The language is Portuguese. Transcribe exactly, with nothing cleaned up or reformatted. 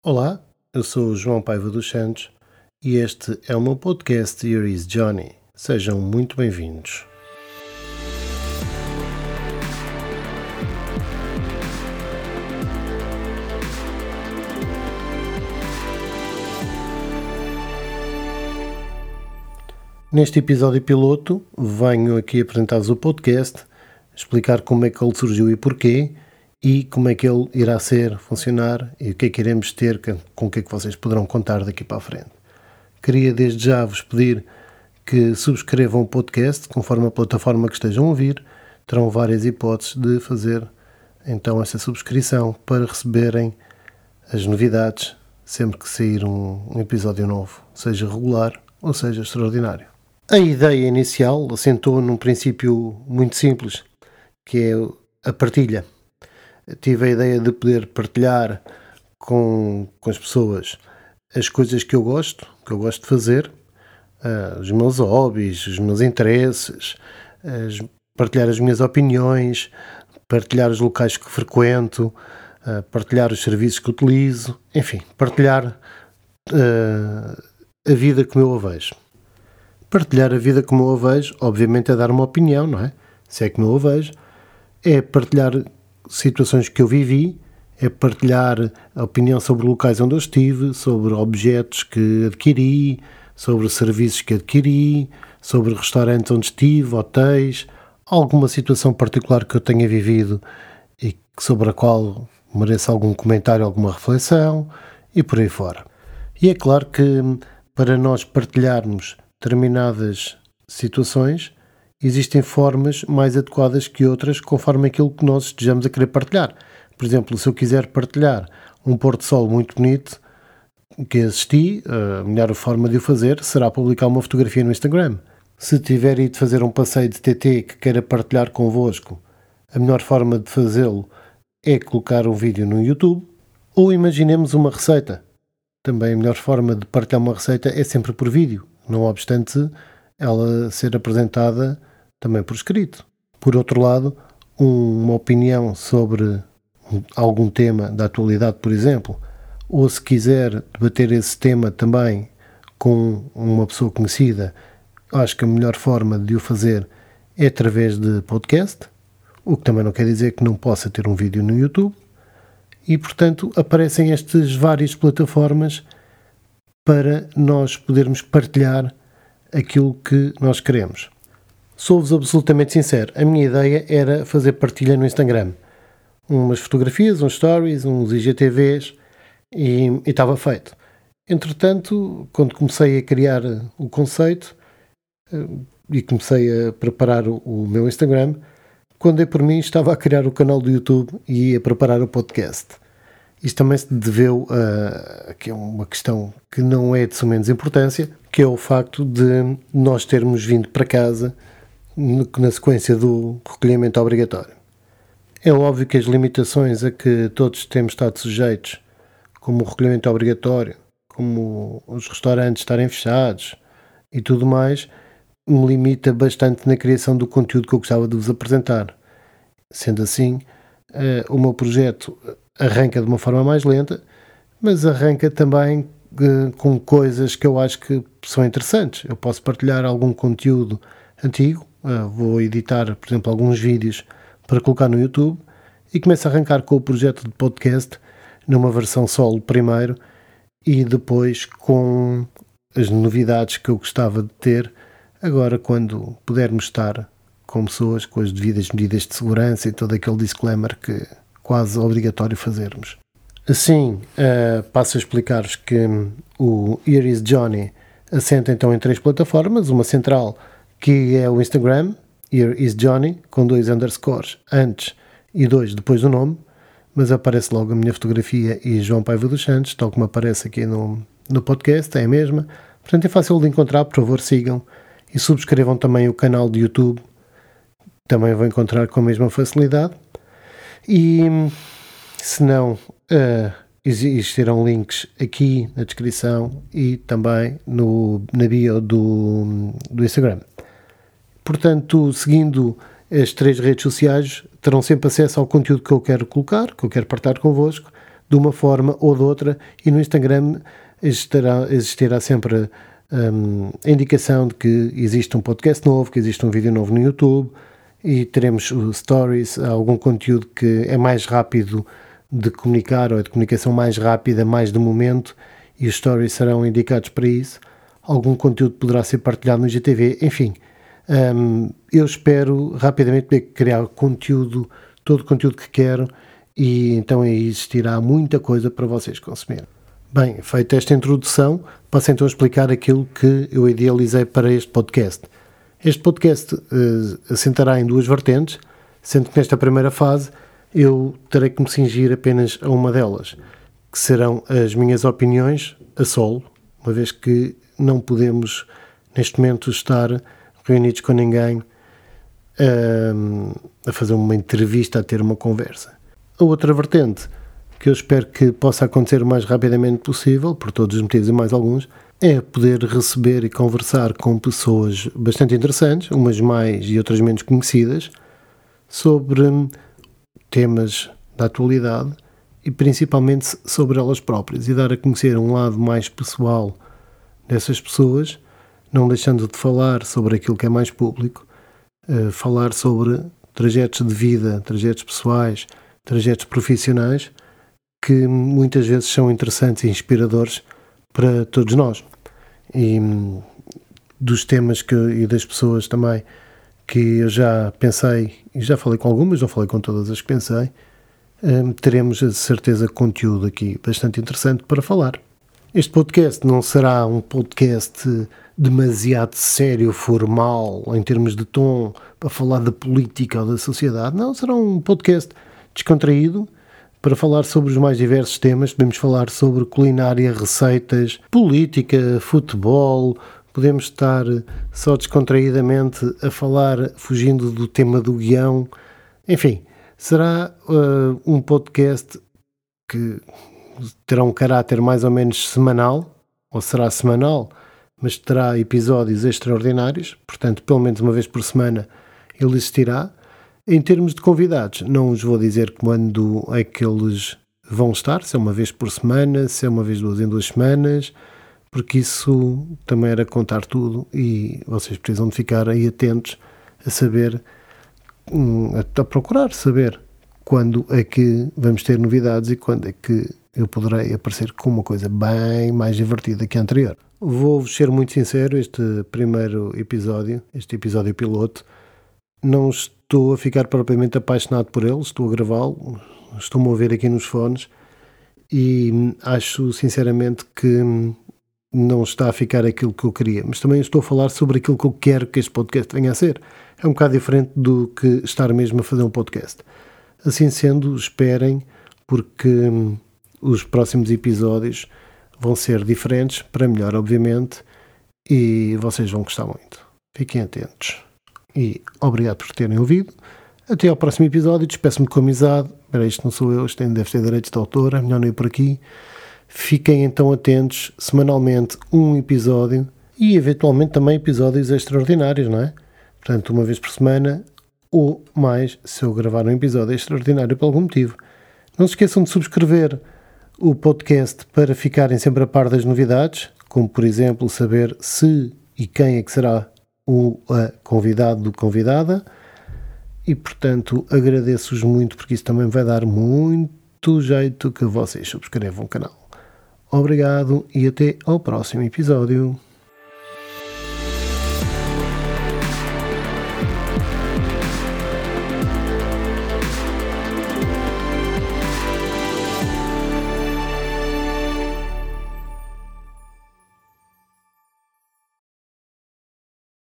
Olá, eu sou o João Paiva dos Santos e este é o meu podcast Here is Johnny. Sejam muito bem-vindos. Neste episódio piloto, venho aqui apresentar-vos o podcast, explicar como é que ele surgiu e porquê, e como é que ele irá ser, funcionar e o que é que iremos ter, com o que é que vocês poderão contar daqui para a frente. Queria desde já vos pedir que subscrevam o podcast conforme a plataforma que estejam a ouvir. Terão várias hipóteses de fazer então essa subscrição para receberem as novidades sempre que sair um, um episódio novo, seja regular ou seja extraordinário. A ideia inicial assentou num princípio muito simples, que é a partilha. Tive a ideia de poder partilhar com, com as pessoas as coisas que eu gosto, que eu gosto de fazer, uh, os meus hobbies, os meus interesses, as, partilhar as minhas opiniões, partilhar os locais que frequento, uh, partilhar os serviços que utilizo, enfim, partilhar uh, a vida como eu a vejo. Partilhar a vida como eu a vejo, obviamente, é dar uma opinião, não é? Se é como eu a vejo, é partilhar situações que eu vivi, é partilhar a opinião sobre locais onde eu estive, sobre objetos que adquiri, sobre serviços que adquiri, sobre restaurantes onde estive, hotéis, alguma situação particular que eu tenha vivido e sobre a qual mereça algum comentário, alguma reflexão e por aí fora. E é claro que para nós partilharmos determinadas situações, existem formas mais adequadas que outras conforme aquilo que nós estejamos a querer partilhar. Por exemplo, se eu quiser partilhar um pôr do sol muito bonito que assisti, a melhor forma de o fazer será publicar uma fotografia no Instagram. Se tiver ido fazer um passeio de T T que queira partilhar convosco, a melhor forma de fazê-lo é colocar um vídeo no YouTube. Ou imaginemos uma receita. Também a melhor forma de partilhar uma receita é sempre por vídeo, não obstante ela ser apresentada também por escrito. Por outro lado, um, uma opinião sobre algum tema da atualidade, por exemplo, ou se quiser debater esse tema também com uma pessoa conhecida, acho que a melhor forma de o fazer é através de podcast, o que também não quer dizer que não possa ter um vídeo no YouTube, e portanto aparecem estas várias plataformas para nós podermos partilhar aquilo que nós queremos. Sou-vos absolutamente sincero, a minha ideia era fazer partilha no Instagram. Umas fotografias, uns stories, uns I G T Vs e, e estava feito. Entretanto, quando comecei a criar o conceito e comecei a preparar o, o meu Instagram, quando dei por mim estava a criar o canal do YouTube e a preparar o podcast. Isto também se deveu a, a, a uma questão que não é de suma menos importância, que é o facto de nós termos vindo para casa na sequência do recolhimento obrigatório. É óbvio que as limitações a que todos temos estado sujeitos, como o recolhimento obrigatório, como os restaurantes estarem fechados e tudo mais, me limita bastante na criação do conteúdo que eu gostava de vos apresentar. Sendo assim, o meu projeto arranca de uma forma mais lenta, mas arranca também com coisas que eu acho que são interessantes. Eu posso partilhar algum conteúdo antigo, vou editar, por exemplo, alguns vídeos para colocar no YouTube e começo a arrancar com o projeto de podcast numa versão solo primeiro e depois com as novidades que eu gostava de ter agora quando pudermos estar com pessoas com as devidas medidas de segurança e todo aquele disclaimer que é quase obrigatório fazermos. Assim, uh, passo a explicar-vos que o Here is Johnny assenta então em três plataformas, uma central que é o Instagram, Here is Johnny, com dois underscores antes e dois depois do nome, mas aparece logo a minha fotografia e João Paiva dos Santos, tal como aparece aqui no, no podcast, é a mesma. Portanto, é fácil de encontrar, por favor, sigam e subscrevam também o canal de YouTube, também vão encontrar com a mesma facilidade. E se não, uh, existirão links aqui na descrição e também no, na bio do, do Instagram. Portanto, seguindo as três redes sociais, terão sempre acesso ao conteúdo que eu quero colocar, que eu quero partilhar convosco, de uma forma ou de outra, e no Instagram existirá, existirá sempre um, a indicação de que existe um podcast novo, que existe um vídeo novo no YouTube, e teremos stories, algum conteúdo que é mais rápido de comunicar, ou é de comunicação mais rápida, mais de momento, e os stories serão indicados para isso. Algum conteúdo poderá ser partilhado no I G T V, enfim. Um, eu espero rapidamente poder criar conteúdo, todo o conteúdo que quero, e então aí existirá muita coisa para vocês consumirem. Bem, feita esta introdução, passo então a explicar aquilo que eu idealizei para este podcast. Este podcast uh, assentará em duas vertentes, sendo que nesta primeira fase eu terei que me cingir apenas a uma delas, que serão as minhas opiniões a solo, uma vez que não podemos neste momento estar reunidos com ninguém uh, a fazer uma entrevista, a ter uma conversa. A outra vertente, que eu espero que possa acontecer o mais rapidamente possível, por todos os motivos e mais alguns, é poder receber e conversar com pessoas bastante interessantes, umas mais e outras menos conhecidas, sobre temas da atualidade e principalmente sobre elas próprias, e dar a conhecer um lado mais pessoal dessas pessoas, não deixando de falar sobre aquilo que é mais público, uh, falar sobre trajetos de vida, trajetos pessoais, trajetos profissionais, que muitas vezes são interessantes e inspiradores para todos nós. E dos temas que, e das pessoas também que eu já pensei, e já falei com algumas, não falei com todas as que pensei, um, teremos a certeza conteúdo aqui bastante interessante para falar. Este podcast não será um podcast demasiado sério, formal, em termos de tom, para falar da política ou da sociedade. Não, será um podcast descontraído, para falar sobre os mais diversos temas. Podemos falar sobre culinária, receitas, política, futebol. Podemos estar só descontraídamente a falar, fugindo do tema do guião. Enfim, será uh, um podcast que terá um caráter mais ou menos semanal, ou será semanal, mas terá episódios extraordinários, portanto, pelo menos uma vez por semana ele existirá. Em termos de convidados, não os vou dizer quando é que eles vão estar, se é uma vez por semana, se é uma vez duas em duas semanas, porque isso também era contar tudo e vocês precisam de ficar aí atentos a saber, a procurar saber quando é que vamos ter novidades e quando é que eu poderei aparecer com uma coisa bem mais divertida que a anterior. Vou-vos ser muito sincero, este primeiro episódio, este episódio piloto, não estou a ficar propriamente apaixonado por ele, estou a gravá-lo, estou-me a ouvir aqui nos fones e acho sinceramente que não está a ficar aquilo que eu queria, mas também estou a falar sobre aquilo que eu quero que este podcast venha a ser. É um bocado diferente do que estar mesmo a fazer um podcast. Assim sendo, esperem, porque os próximos episódios vão ser diferentes, para melhor obviamente, e vocês vão gostar muito. Fiquem atentos. E obrigado por terem ouvido. Até ao próximo episódio. Despeço-me com amizade. Espera, isto não sou eu, isto deve ter direitos de autor, é melhor não ir por aqui. Fiquem então atentos, semanalmente um episódio e eventualmente também episódios extraordinários, não é? Portanto, uma vez por semana ou mais, se eu gravar um episódio extraordinário por algum motivo. Não se esqueçam de subscrever o podcast para ficarem sempre a par das novidades, como por exemplo saber se e quem é que será o a convidado ou convidada, e portanto agradeço-vos muito, porque isso também vai dar muito jeito que vocês subscrevam o canal. Obrigado e até ao próximo episódio.